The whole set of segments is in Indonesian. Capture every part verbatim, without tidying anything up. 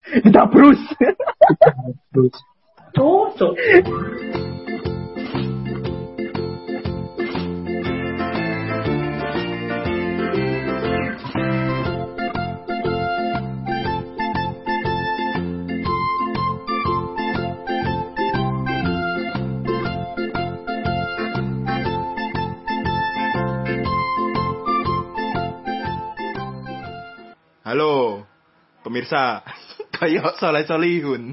Kita Bruce. Bruce. Cocok. Halo, pemirsa. Kayak Soleh Solihun.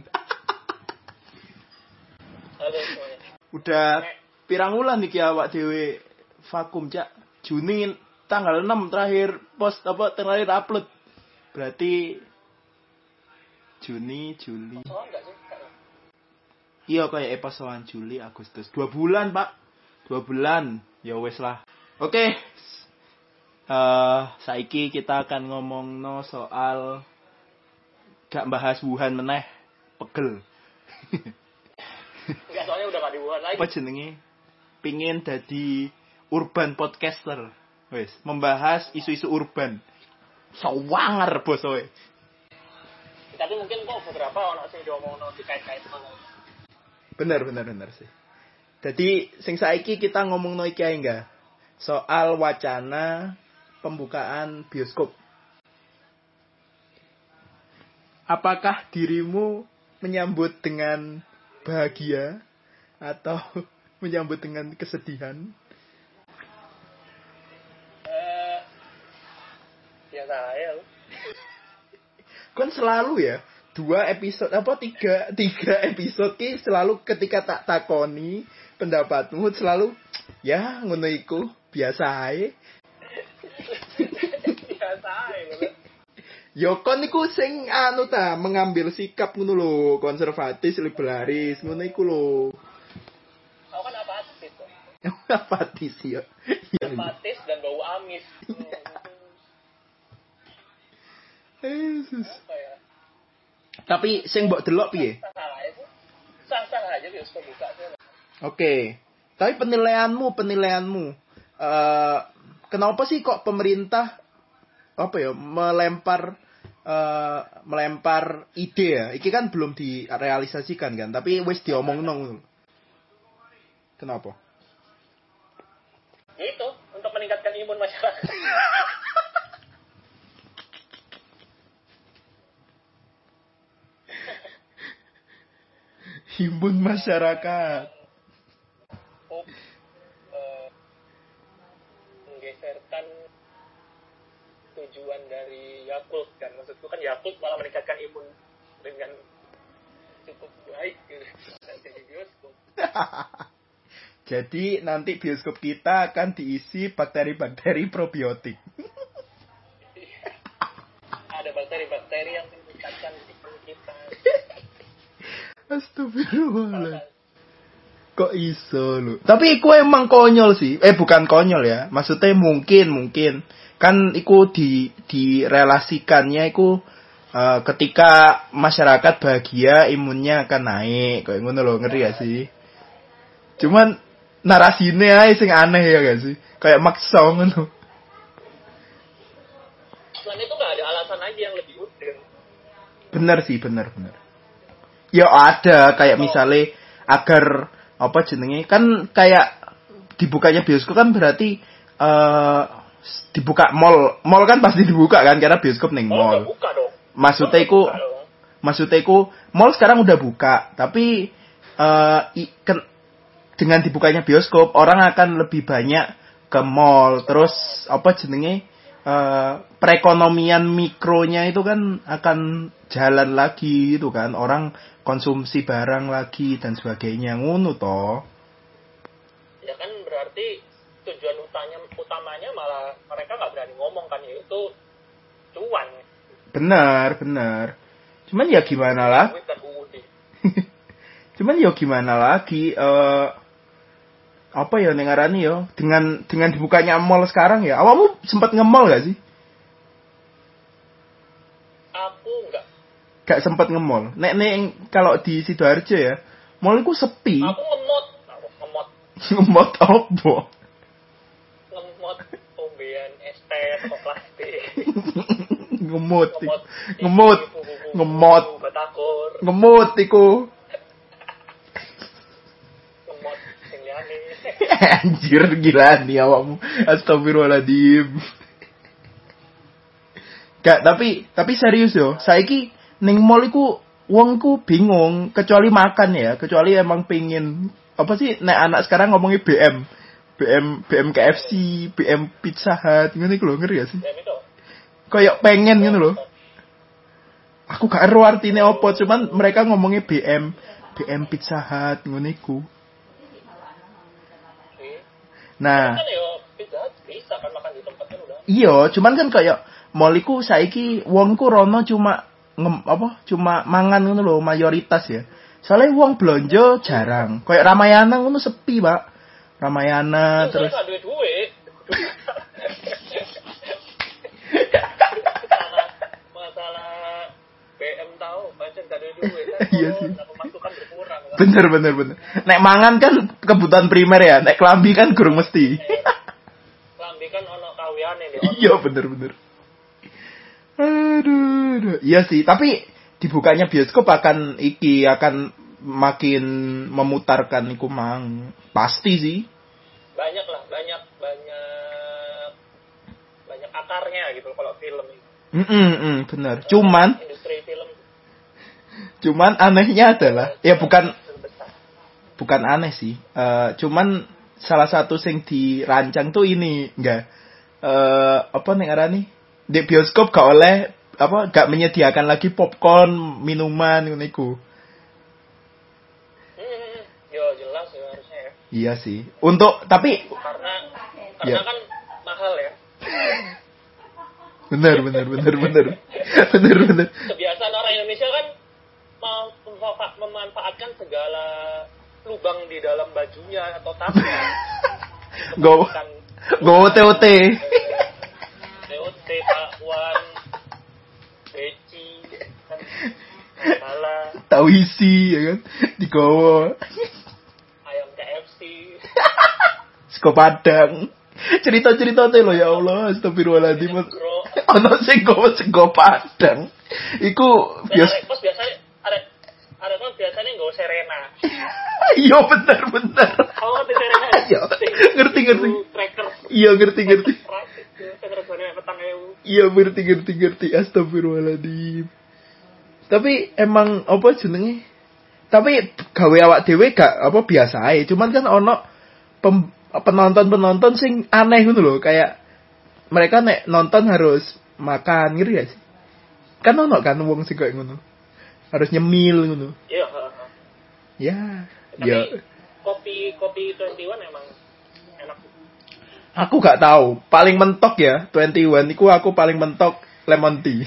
Halo semuanya. Udah pirang wulan iki awak dhewe vakum, Cak. Juni tanggal enam terakhir post apa terakhir upload. Berarti Juni, Juli. Oh, enggak sih? Iya kayak episodean Juli, Agustus. Dua bulan, Pak. Dua bulan. Ya wes lah. Oke. Uh, saiki kita akan ngomong no soal gak bahas Wuhan meneh, pegel. Enggak, soalnya udah gak di Wuhan lagi. Apa jenenge? Pingin dadi urban podcaster. Wes, membahas isu-isu urban. Sawanger bosoe. Tapi mungkin kok beberapa ono sing diomongno dikait-kait mana. Bener bener bener sih. Jadi sing saiki kita ngomongno iki ae enggak? Soal wacana pembukaan bioskop. Apakah dirimu menyambut dengan bahagia atau menyambut dengan kesedihan? Eh, biasa aja lu. Kan selalu ya, dua episode apa tiga tiga episode ki selalu ketika tak takoni pendapatmu selalu ya ngono iku biasa ae. Biasa aja. Yo kon niku sing anu ta mengambil sikap ngono lho, konservatis liberalis ngono iku lho. Aku kan apatis kok. Apatis ya. Apatis dan bau amis. Yesus. Apa ya? Tapi sing mbok delok piye? Salah aja. Sah-sah aja bioskop buka sih. Oke. Tapi penilaianmu, penilaianmu uh, kenapa sih kok pemerintah apa ya melempar uh, melempar ide ya? Iki kan belum direalisasikan kan, tapi wis diomongno. Kenapa? Ya itu untuk meningkatkan imun masyarakat. Imun masyarakat. Oh, uh, menggeserkan tujuan dari Yakult kan, maksudku kan Yakult malah meningkatkan imun dengan cukup baik gitu. Jadi bioskop. Jadi nanti bioskop kita akan diisi bakteri-bakteri probiotik. Ada bakteri-bakteri yang meningkatkan imun kita. Astagfirullah. Kok iso lu? Tapi iku emang konyol sih. Eh bukan konyol ya. Maksudnya mungkin mungkin kan iku di direlasikannya iku uh, ketika masyarakat bahagia imunnya akan naik. Kayak ngono lho, ngerti gak sih? Cuman narasine ae sing aneh ya gak sih? Kayak maksa ngono. Selain itu enggak ada alasan lagi yang lebih utuh. Bener sih, bener bener. Ya ada kayak misalnya agar apa jenenge kan kayak dibukanya bioskop kan berarti uh, dibuka mall mall kan pasti dibuka kan karena bioskop ning mall. Oh, buka dong. Maksudnya iku maksudnya iku mall sekarang udah buka tapi uh, i, ken, dengan dibukanya bioskop orang akan lebih banyak ke mall terus apa jenenge uh, perekonomian mikronya itu kan akan jalan lagi gitu kan orang konsumsi barang lagi dan sebagainya ngono toh. Ya kan berarti tujuan utamanya utamanya malah mereka nggak berani ngomong kan yaitu cuan. Benar, benar. Cuman ya gimana lah? Cuman ya gimana lagi uh, apa ya nengarani yo dengan dengan dibukanya mall sekarang ya. Awakmu sempat nge-mall gak sih? Aku enggak. Gak sempat nge-mall. Nek nek kalau di Sidoarjo ya, mall itu sepi. Aku ngemot, aku ngemot. Ngemot apa? Ngemot ombean es teh atau plastik. Ngemot. Ngemot. Ngemot. takur. Ngemut iku. Ngemot sing liyane. Anjir gila nih awakmu. Astagfirullahaladzim. Gak, tapi tapi serius yo. Saiki ning mall iku wong ku bingung kecuali makan ya, kecuali emang pengin apa sih nek anak sekarang ngomongin B M. B M B M K F C, B M Pizza Hut, ngono iku lho ngeri ya sih. B M itu. Kayak pengen ngono lho. Aku gak ero artine opo, cuman mereka ngomongnya B M B M Pizza Hut ngono iku. Nah, kan yo Pizza Hut bisa kan makan di tempat kan udah. Iya, cuman kan kayak mall iku saiki wong ku rono cuma ngem, apa? Cuma mangan ngono lho, mayoritas ya. Soalnya wong belanja jarang. Kayak Ramayana ngono sepi, Pak. Ramayana Ya, terus gak duwe duit. masalah B M tahu, pancen gak duwe duit. Iya sih. Pemasukan berkurang. Kan? Bener bener bener. Nek mangan kan kebutuhan primer ya, nek kelambi kan gurung mesti. Lambi kan ono kawiane nih. Iya bener bener. Aduh, aduh. Iya sih, tapi dibukanya bioskop akan iki akan makin memutarkan iku mang. Pasti sih. Banyak lah, banyak banyak banyak akarnya gitu kalau film ini. Mm mm bener. Cuman Industri film cuman anehnya adalah ya bukan terbesar. bukan aneh sih. Eh cuman salah satu sing dirancang tuh ini enggak eh apa nih arani? Di bioskop gak oleh apa gak menyediakan lagi popcorn, minuman ngono iku. Hmm, yo jelas ya harusnya ya. Iya sih. Untuk tapi Karena karena Ya. kan mahal ya. bener bener bener bener bener bener. Kebiasaan orang Indonesia kan mau memfa- memanfaatkan segala lubang di dalam bajunya atau tasnya. Go Kan go O T O T. T O T, Pakwan, Beci, kan salah, Tahu isi ya kan digowo. ayam K F C. Sego Padang. Cerita-cerita teh lo ya Allah, astagfirullahaladzim. Bro, Ono sing gowo sego Padang. Iku bias. Terus biasanya ada ada kan biasanya nggak Serena. Iya bener bener. Kamu ngerti Serena? Iya, ngerti, ngerti. Tracker. Iya ngerti ngerti. Tracker sebenarnya petang ewu. Iya ngerti ngerti ngerti. Astagfirullahaladzim. Tapi emang apa jenenge? Tapi gawe awak dhewe gak apa biasa ae. Cuman kan ono pem, penonton-penonton sing aneh ngono lho, kayak mereka nek nonton harus makan ngeri gak sih? Kan ono kan wong sing kayak ngono. Harus nyemil ngono. Iya, heeh. Ya, Tapi ya. kopi kopi dua puluh satu emang enak. Aku gak tahu. Paling mentok ya dua puluh satu iku aku paling mentok lemon tea.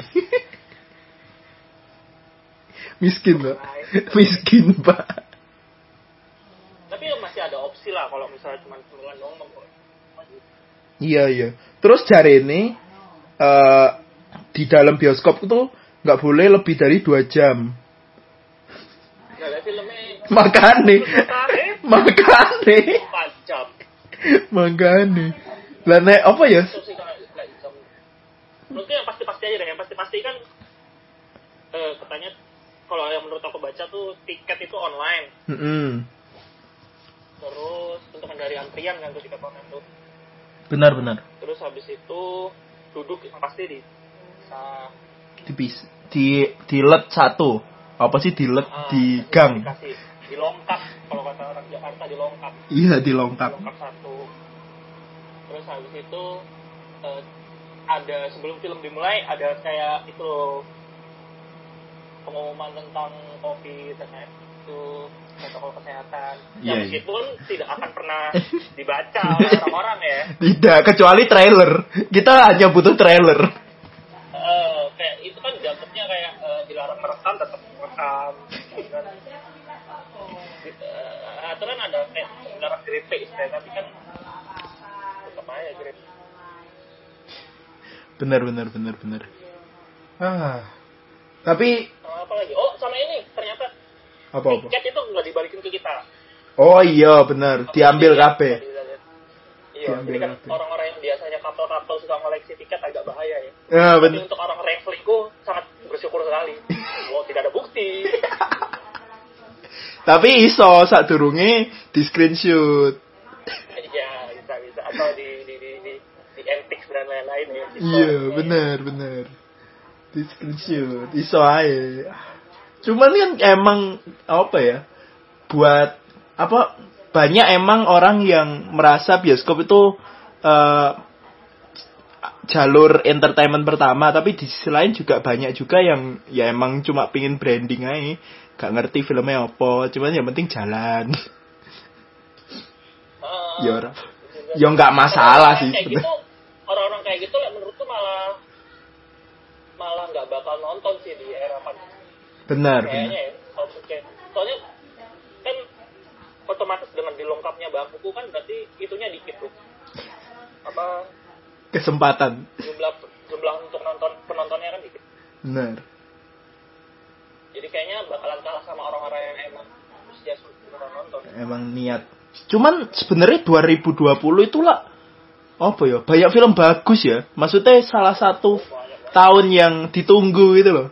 Miskin, Pak. Miskin, Pak. Tapi masih ada opsi lah kalau misalnya cuma sembilan doang mah. Iya, iya. Terus jari ini eh di dalam bioskop itu nggak boleh lebih dari dua jam. Nggak ada filmnya. Makane. Makane. empat jam. Makane. Lah nek apa ya? Itu sih kan nggak jam. Menurutku yang pasti-pasti aja deh. Yang pasti-pasti kan eh, katanya kalau yang menurut aku baca tuh tiket itu online. Mm-mm. Terus untuk menghindari antrian kan tuh tiket online tuh. Benar, benar. Terus habis itu duduk yang pasti di sa, Di bis- di di let satu. Apa sih di let ah, di gang? dikasih dilongkap kalau kata orang Jakarta dilongkap. Iya, di longkap. Lengkap satu. Terus habis itu eh, ada sebelum film dimulai ada kayak itu loh, pengumuman tentang COVID dan itu protokol kesehatan. Iya, Yang iya. meskipun tidak akan pernah dibaca oleh orang-orang ya. Tidak, kecuali trailer. Kita hanya butuh trailer. Eh, kayak itu kan dianggapnya kayak eh, dilarang merekam tetap merekam. Dan, eh, itu kan ada kayak dilarang grepe istilahnya, tapi kan tetap aja grepe. Benar, benar, benar, benar. Ah. Tapi Sama apa lagi? Oh, sama ini ternyata apa-apa? tiket itu nggak dibalikin ke kita. Oh iya, benar. Diambil kabeh. Iya, Diambil jadi kan kabeh. orang-orang yang biasanya kapal-kapal suka koleksi tiket agak bahaya ya. Ya, Tapi benar. untuk orang travel itu sangat bersyukur sekali. Oh, tidak ada bukti. Tapi iso sadurunge di screenshot. Iya, bisa bisa atau di di di di, di antics dan lain-lain ya. Iya, benar benar. Di screenshot iso ae. Cuman kan emang apa ya? Buat apa banyak emang orang yang merasa bioskop itu uh, jalur entertainment pertama, tapi di sisi lain juga banyak juga yang ya emang cuma pingin branding aja, gak ngerti filmnya apa, cuman yang penting jalan. Uh, ya orang, ya nggak masalah sih. Kayak gitu, orang-orang kayak gitu lah menurutku malah malah nggak bakal nonton sih di era pandemi. Benar. Kayaknya benar. ya, soalnya, soalnya kan otomatis dengan dilengkapnya bahan buku kan berarti itunya dikit tuh. Apa kesempatan jumlah jumlah untuk nonton penontonnya kan dikit. Benar. Jadi kayaknya bakalan kalah sama orang-orang yang emang antusias untuk nonton. Emang niat. Cuman sebenarnya dua ribu dua puluh itulah apa ya? Banyak film bagus ya. Maksudnya salah satu oh, tahun yang ditunggu gitu loh.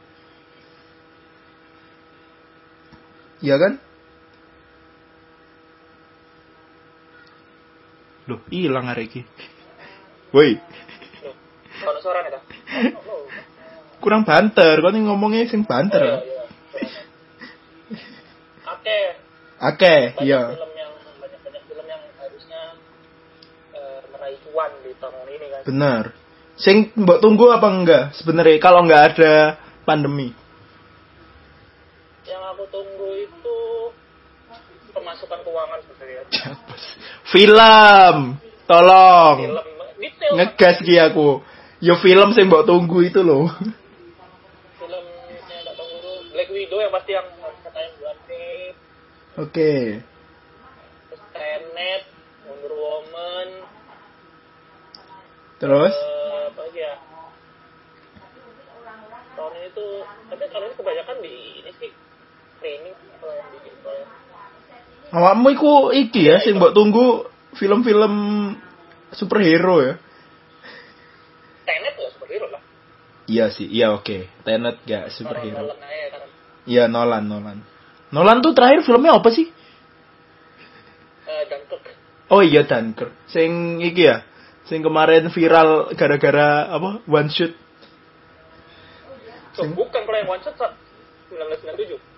Iya kan? Loh, hilang hari ini. Woi. Kalau suara nih, kurang banter, kau nih ngomongnya sing banter. Oh, iya, iya. Oke. Oke, iya. Film yang banyak-banyak film yang harusnya uh, meraih cuan di tahun ini kan. Benar. Sing mbok tunggu apa enggak sebenarnya kalau enggak ada pandemi? Yang aku tunggu itu pemasukan keuangan sebenarnya. Film. Tolong. Film detail. Ngegas ki aku. Yo film sing mbok tunggu itu loh. Filmnya enggak tunggu tuh Black Widow yang pasti yang katanya bulan Mei. Oke. Okay. Terus Tenet, Wonder Woman. Terus? Uh, apa lagi ya? Tahun ini tuh, tapi tahun ini kebanyakan di ini sih training atau yang di gitu ya. Awakmu iku iki ya, sing mbok tunggu film-film superhero ya. Tenet ya superhero lah. Iya sih, iya oke. Okay. Tenet gak superhero. Nolan aja kan. Iya Nolan, Nolan. Nolan tuh terakhir filmnya apa sih? Uh, Dunkirk. Oh iya Dunkirk. Sing iki ya. Sing kemarin viral gara-gara apa? One shot. So, bukan kalau yang one shot sembilan belas sembilan puluh tujuh.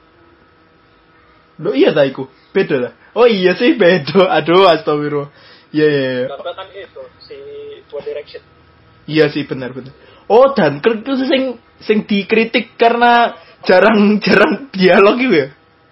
Loh iya ta iku. Beda lah. Oh iya sih beda. Aduh astagfirullah. Iya yeah, iya yeah, yeah. Kan itu si One Direction. Iya sih benar benar. Oh Dunkirk itu sing sing dikritik karena jarang-jarang dialog gitu ya.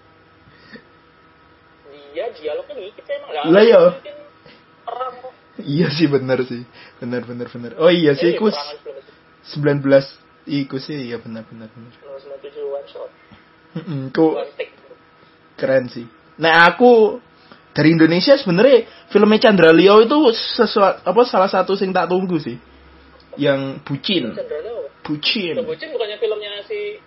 Iya dialognya dikit emang lah. Lah ya. Perang kok. Iya sih benar sih. Benar benar benar. Oh iya sih iku sembilan belas iku sih iya benar benar benar. sembilan puluh tujuh one shot. Heeh, kok keren sih. Nah, aku dari Indonesia sebenarnya filmnya Chandra Leo itu sesuatu apa salah satu sing tak tunggu sih. Yang Bucin. Chandra Leo. Bucin. Bucin bukannya filmnya si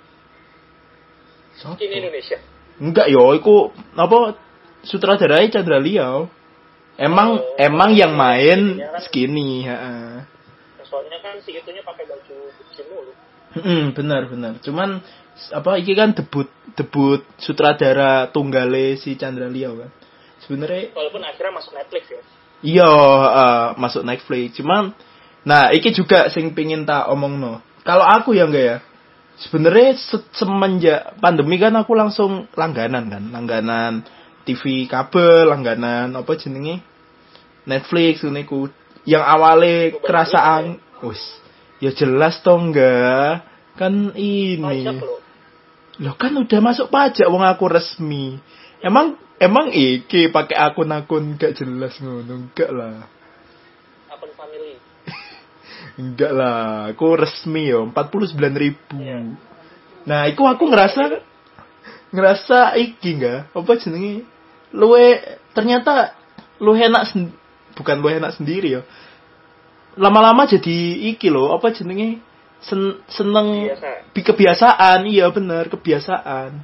Skin Indonesia? Enggak yo, iku apa sutradaranya Chandra Leo. Emang oh, emang yang main kan? Skinny, heeh. Soalnya kan si itunya pakai baju bucin mulu. Heeh, benar benar. Cuman apa iki kan debut debut sutradara tunggale si Chandra Leo kan. Sebenarnya walaupun akhirnya masuk Netflix ya. Iya, uh, masuk Netflix. Cuman nah, iki juga sing pengin tak omongno. Kalau aku ya enggak ya. Sebenarnya se- semenjak pandemi kan aku langsung langganan kan, langganan T V kabel, langganan apa jenenge? Netflix niku. Yang awalnya kerasaan wis ya jelas toh enggak. Kan ini. Loh kan udah masuk pajak wong aku resmi. Emang emang iki pakai akun-akun gak jelas ngono, enggak lah. Akun family. Enggak lah, aku resmi yo empat puluh sembilan ribu. Yeah. Nah, iku aku ngerasa ngerasa iki enggak, apa jenenge? Luwe ternyata lu enak sen- bukan lu enak sendiri yo. Lama-lama jadi iki loh, apa jenenge? Sen- seneng Biasa. kebiasaan, iya bener kebiasaan.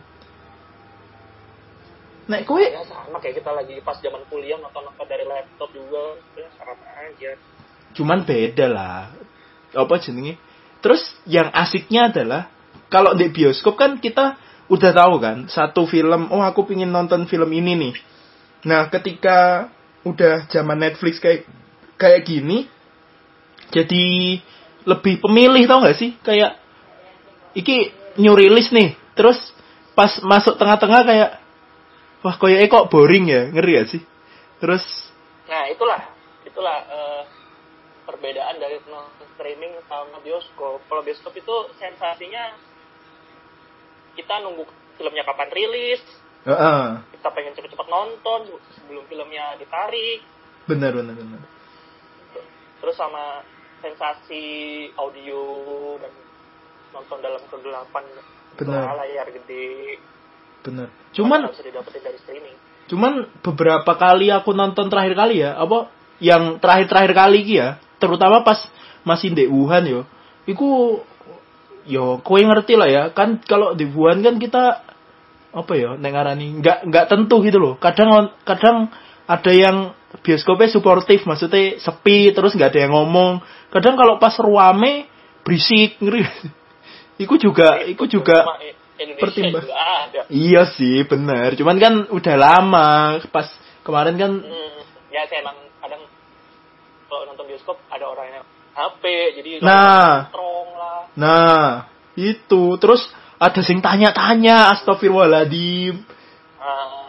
Nek kowe ya, sama kayak kita lagi pas zaman kuliah nonton-nonton dari laptop juga, ya sama aja. Cuman beda lah. Apa jenenge? Terus yang asiknya adalah kalau di bioskop kan kita udah tahu kan satu film, oh aku pingin nonton film ini nih. Nah ketika udah zaman Netflix kayak kayak gini, jadi lebih pemilih, tau gak sih? Kayak iki new release nih, terus pas masuk tengah-tengah kayak wah kayaknya kok boring ya, ngeri ya sih. Terus nah itulah itulah uh, perbedaan dari nonton streaming sama bioskop. Kalau bioskop itu sensasinya kita nunggu filmnya kapan rilis, uh-uh. kita pengen cepet-cepet nonton sebelum filmnya ditarik. Benar benar benar. Terus sama sensasi audio dan nonton dalam kegelapan, benar, layar gede. Benar. Cuman bisa didapetin dari streaming. Cuman beberapa kali aku nonton terakhir kali ya, apa yang terakhir-terakhir kali iki ya, terutama pas masih di Wuhan yo. Iku yo kowe ngerti lah ya, kan kalau di Wuhan kan kita apa ya, nek ngarani enggak enggak tentu gitu loh. Kadang kadang ada yang bioskopnya suportif, maksudnya sepi terus enggak ada yang ngomong. Kadang kalau pas ruame berisik, ngeri. Iku juga, iku juga pertimbang. Iya sih, benar. Cuman kan udah lama. Pas kemarin kan. Hmm, ya saya emang kadang kalau nonton bioskop ada orang yang H P, jadi nah, strong lah. Nah, itu terus ada sing tanya-tanya, astagfirullahaladzim. Uh,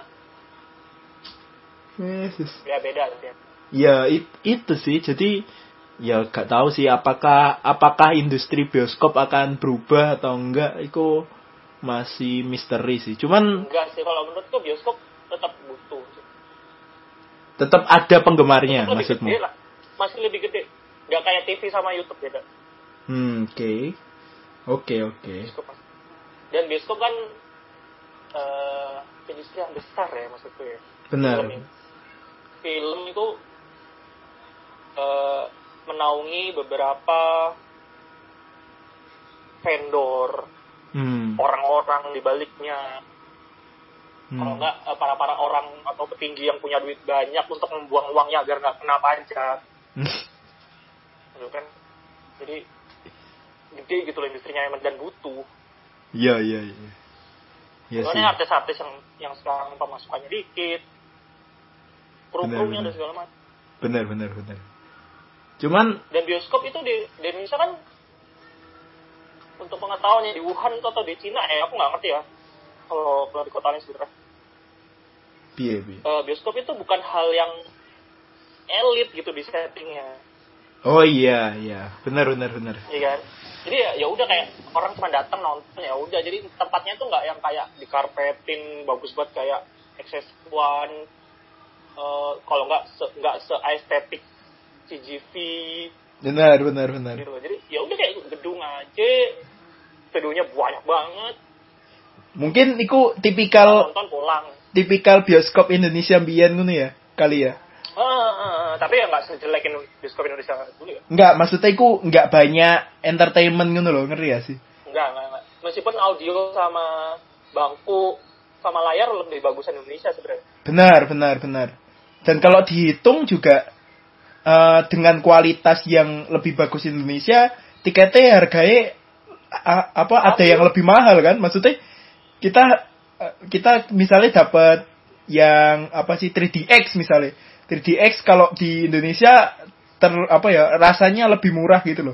Yesus. Ya beda sih. Ya it, itu sih. Jadi ya gak tahu sih apakah apakah industri bioskop akan berubah atau enggak. Itu masih misteri sih. Cuman enggak sih, kalau menurutku bioskop tetap butuh sih. Tetap ada penggemarnya tetap maksudmu? Lebih gede lah. Masih lebih gede. Enggak kayak T V sama YouTube beda. Hmm, oke. Okay. Oke, okay, oke. Okay. Dan bioskop kan uh, industri yang besar ya maksudku ya. Benar. Film, film itu uh, menaungi beberapa vendor, hmm. orang-orang di baliknya. Hmm. Kalau enggak para para orang atau petinggi yang punya duit banyak untuk membuang uangnya agar nggak kena pajak. Gitu kan. Jadi gede gitu loh industrinya dan butuh. Iya iya iya. Ya soalnya artis-artis yang yang sekarang pemasukannya dikit, kru-krunya dan segala macam. Benar benar benar. Cuman dan bioskop itu di, di Indonesia kan untuk pengetahuannya di Wuhan atau di Cina eh aku nggak ngerti ya kalau kalau di kota lain sebenarnya. Piye piye. Uh, bioskop itu bukan hal yang elit gitu di settingnya. Oh iya iya benar benar benar. Iya kan. Jadi ya ya udah kayak orang cuma datang nonton ya udah, jadi tempatnya tuh nggak yang kayak dikarpetin bagus banget kayak X S one, uh, kalau nggak se, nggak se estetik C G V. Benar benar benar. Gitu. Jadi ya udah kayak gedung aja, gedungnya banyak banget. Mungkin itu tipikal nonton pulang. Tipikal bioskop Indonesia mbiyen ngono ya kali ya. Uh, uh, uh, tapi ya nggak sejelek bioskop Indonesia dulu ya. Nggak, maksudnya itu nggak banyak entertainment gitu loh, ngerti ya sih? Nggak, nggak, nggak. Meskipun audio sama bangku sama layar lebih bagus Indonesia sebenarnya. Benar, benar, benar. Dan kalau dihitung juga uh, dengan kualitas yang lebih bagus Indonesia, tiketnya harganya uh, apa Tapi, ada yang lebih mahal kan? Maksudnya kita uh, kita misalnya dapat yang apa sih three D X misalnya. three D X kalau di Indonesia ter apa ya rasanya lebih murah gitu loh.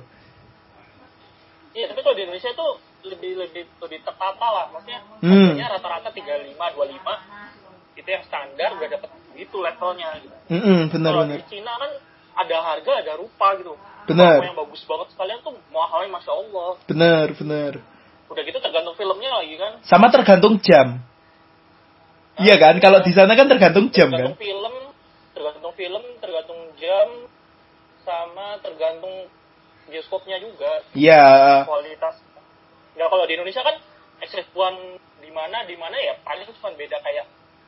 Iya, tapi kalau di Indonesia itu lebih lebih lebih tertata lah, maksudnya hmm. harganya rata-rata tiga puluh lima, dua puluh lima itu yang standar udah dapat gitu levelnya gitu. Mm-mm, benar kalau benar. Di Cina kan ada harga ada rupa gitu. Benar. Yang bagus banget sekalian tuh mahalnya Masya Allah. Benar benar. Udah gitu tergantung filmnya lagi kan. Sama tergantung jam. Nah, iya kan, kalau di sana kan tergantung jam tergantung kan. Film tergantung film, tergantung jam, sama tergantung bioskopnya juga. Iya. Kualitas. Nggak, kalau di Indonesia kan X S one di mana di mana ya paling cuma beda kayak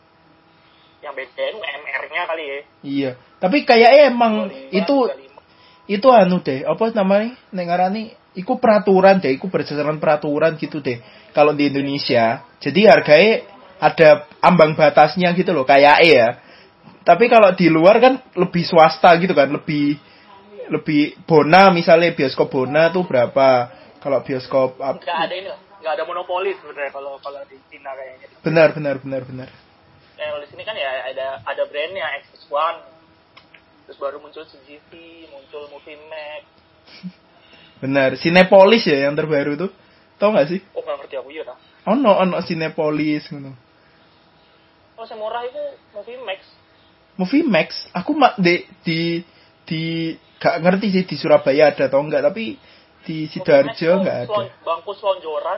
yang beda itu M R-nya kali ya. Iya. Tapi kayaknya emang dua puluh lima, itu dua puluh lima. Itu anu deh, apa namanya? Nek ngarani iku peraturan deh, iku berdasarkan peraturan gitu deh. Kalau di Indonesia, jadi harganya ada ambang batasnya gitu loh, kayak ya. Tapi kalau di luar kan lebih swasta gitu kan, lebih lebih Bona misalnya bioskop Bona tuh berapa, Kalau bioskop up, nggak ada ini lah, nggak ada monopoli sebenarnya kalau kalau di Cina kayaknya. Benar, benar, benar, benar. Kalau di sini kan ya ada ada brandnya X X one, terus baru muncul C G V, muncul Moviemax. Benar, Cinepolis ya yang terbaru tuh, tau nggak sih? Oh nggak ngerti aku ya dah. Oh no, oh no Cinepolis gitu. Oh yang murah itu Moviemax. Moviemax, aku mak di di di gak ngerti sih di Surabaya ada atau enggak, tapi di Sidoarjo nggak ada. Selon, bangku selonjoran.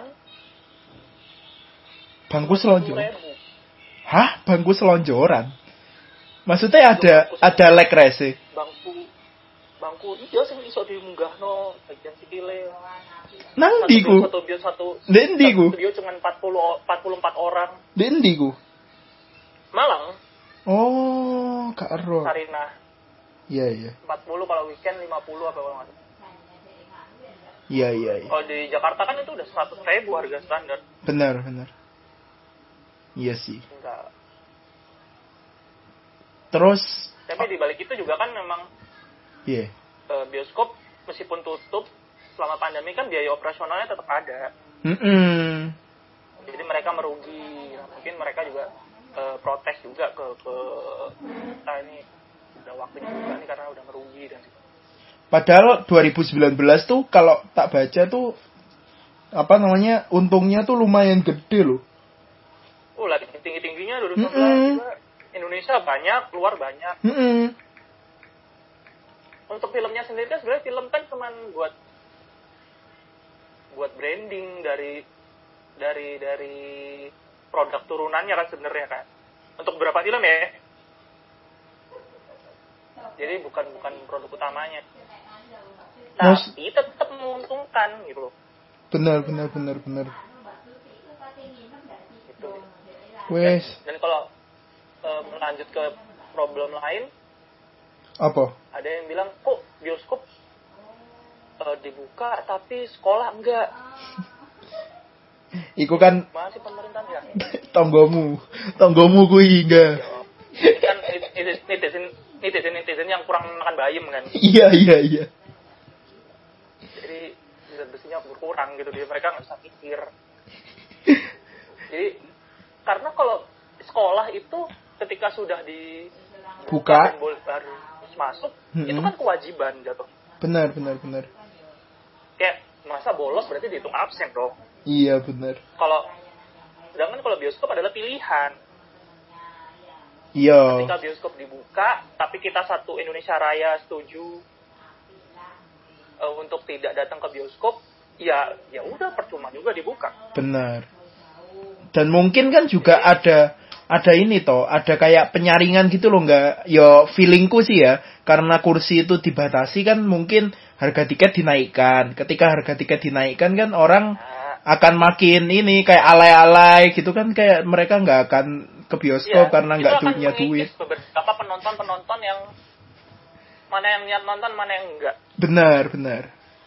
Bangku selonjoran. Hah? Bangku selonjoran? Maksudnya ada bangku ada leg race? Bangku bangku iya sing iso dimunggahno bagian sikile. Nang ndi ku? Satu bio satu. Ndi ku? Bio cuma empat puluh empat puluh empat orang. Ndi ku? Malang. Oh, gak ero. Sarinah. Iya, iya. empat puluh kalau weekend, lima puluh apa kalau enggak. Iya, iya, iya. Kalau di Jakarta kan itu udah seratus ribu harga standar. Benar, benar. Iya sih. Enggak. Terus tapi di balik itu juga kan memang iya. Yeah. Bioskop meskipun tutup selama pandemi kan biaya operasionalnya tetap ada. Mm-mm. Jadi mereka merugi. Nah, mungkin mereka juga uh, protes juga ke ke kita ini udah waktunya juga nih karena udah merugi dan padahal dua ribu sembilan belas tuh kalau tak baca tuh apa namanya untungnya tuh lumayan gede loh. Oh lagi tinggi-tingginya dua ribu sembilan belas mm-hmm. juga Indonesia banyak, luar banyak. Mm-hmm. Untuk filmnya sendiri kan sebenarnya film kan cuma buat buat branding dari dari dari produk turunannya kan sebenarnya kan. Untuk beberapa film ya. Jadi bukan bukan produk utamanya. Mas, tapi tetap menguntungkan gitu loh. Benar, benar, benar, benar. Gitu. Wes. Dan, dan kalau uh, melanjut ke problem lain, apa? ada yang bilang kok bioskop uh, dibuka tapi sekolah enggak. Iku kan masih pemerintah ya. Tonggomu, tonggomu kuwi enggak. Kan netizen netizen netizen yang kurang makan bayam kan. Iya, iya, iya. Jadi zat besinya berkurang gitu, dia mereka nggak usah pikir. Jadi karena kalau sekolah itu ketika sudah dibuka baru masuk, mm-hmm. itu kan kewajiban jatuh. Benar, benar, benar. Kayak masa bolos berarti dihitung absen dong. Iya benar. Kalau sedangkan kalau bioskop adalah pilihan. Iya. Ketika bioskop dibuka, tapi kita satu Indonesia Raya setuju uh, untuk tidak datang ke bioskop, ya ya udah percuma juga dibuka. Benar. Dan mungkin kan juga jadi, ada ada ini toh, ada kayak penyaringan gitu loh, nggak? Yo feelingku sih ya, karena kursi itu dibatasi kan mungkin harga tiket dinaikkan. Ketika harga tiket dinaikkan kan orang nah, akan makin ini kayak alay-alay gitu kan, kayak mereka nggak akan ke bioskop ya, karena nggak punya duit. Beberapa penonton-penonton yang mana yang niat nonton, mana yang enggak. Benar, benar.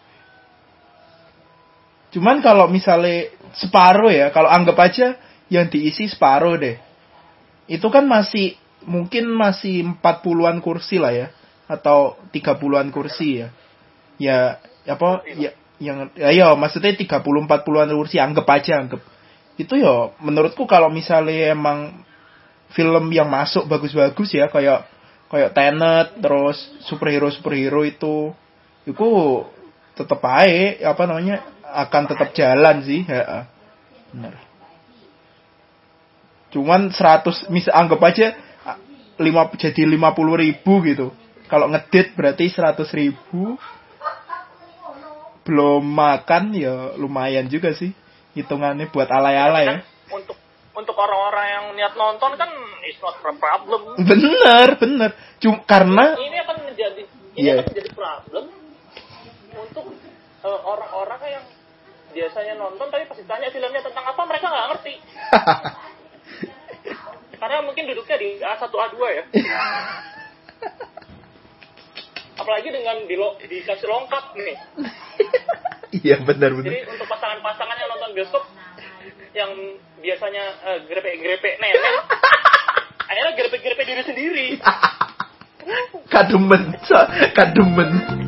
Cuman kalau misalnya separuh ya, kalau anggap aja yang diisi separuh deh. Itu kan masih mungkin masih empat puluhan kursi lah ya, atau tiga puluhan kursi ya. Ya apa ya yang ya, ya maksudnya tiga puluh empat puluhan kursi, anggap aja anggap. Itu ya menurutku kalau misalnya emang film yang masuk bagus-bagus ya, kayak kayak Tenet, terus superhero-superhero itu itu tetap baik, apa namanya, akan tetap jalan sih, ya. Benar. Cuman seratus, misal anggap aja lima jadi lima puluh ribu gitu. Kalau ngedit berarti seratus ribu. Belum makan ya lumayan juga sih hitungannya buat alay-alay ya. Untuk untuk orang-orang yang niat nonton kan it's not a problem. Bener, bener. Cuma karena ini akan menjadi ini yeah. akan menjadi problem untuk uh, orang-orang yang biasanya nonton tapi pas ditanya filmnya tentang apa mereka nggak ngerti. Karena mungkin duduknya di A satu A dua ya. Apalagi dengan di lo, dikasih lengkap nih. Iya benar benar. Jadi untuk pasangan-pasangan yang nonton bioskop yang biasanya uh, grepe-grepe nenek, akhirnya grepe-grepe diri sendiri. Kademen, kademen.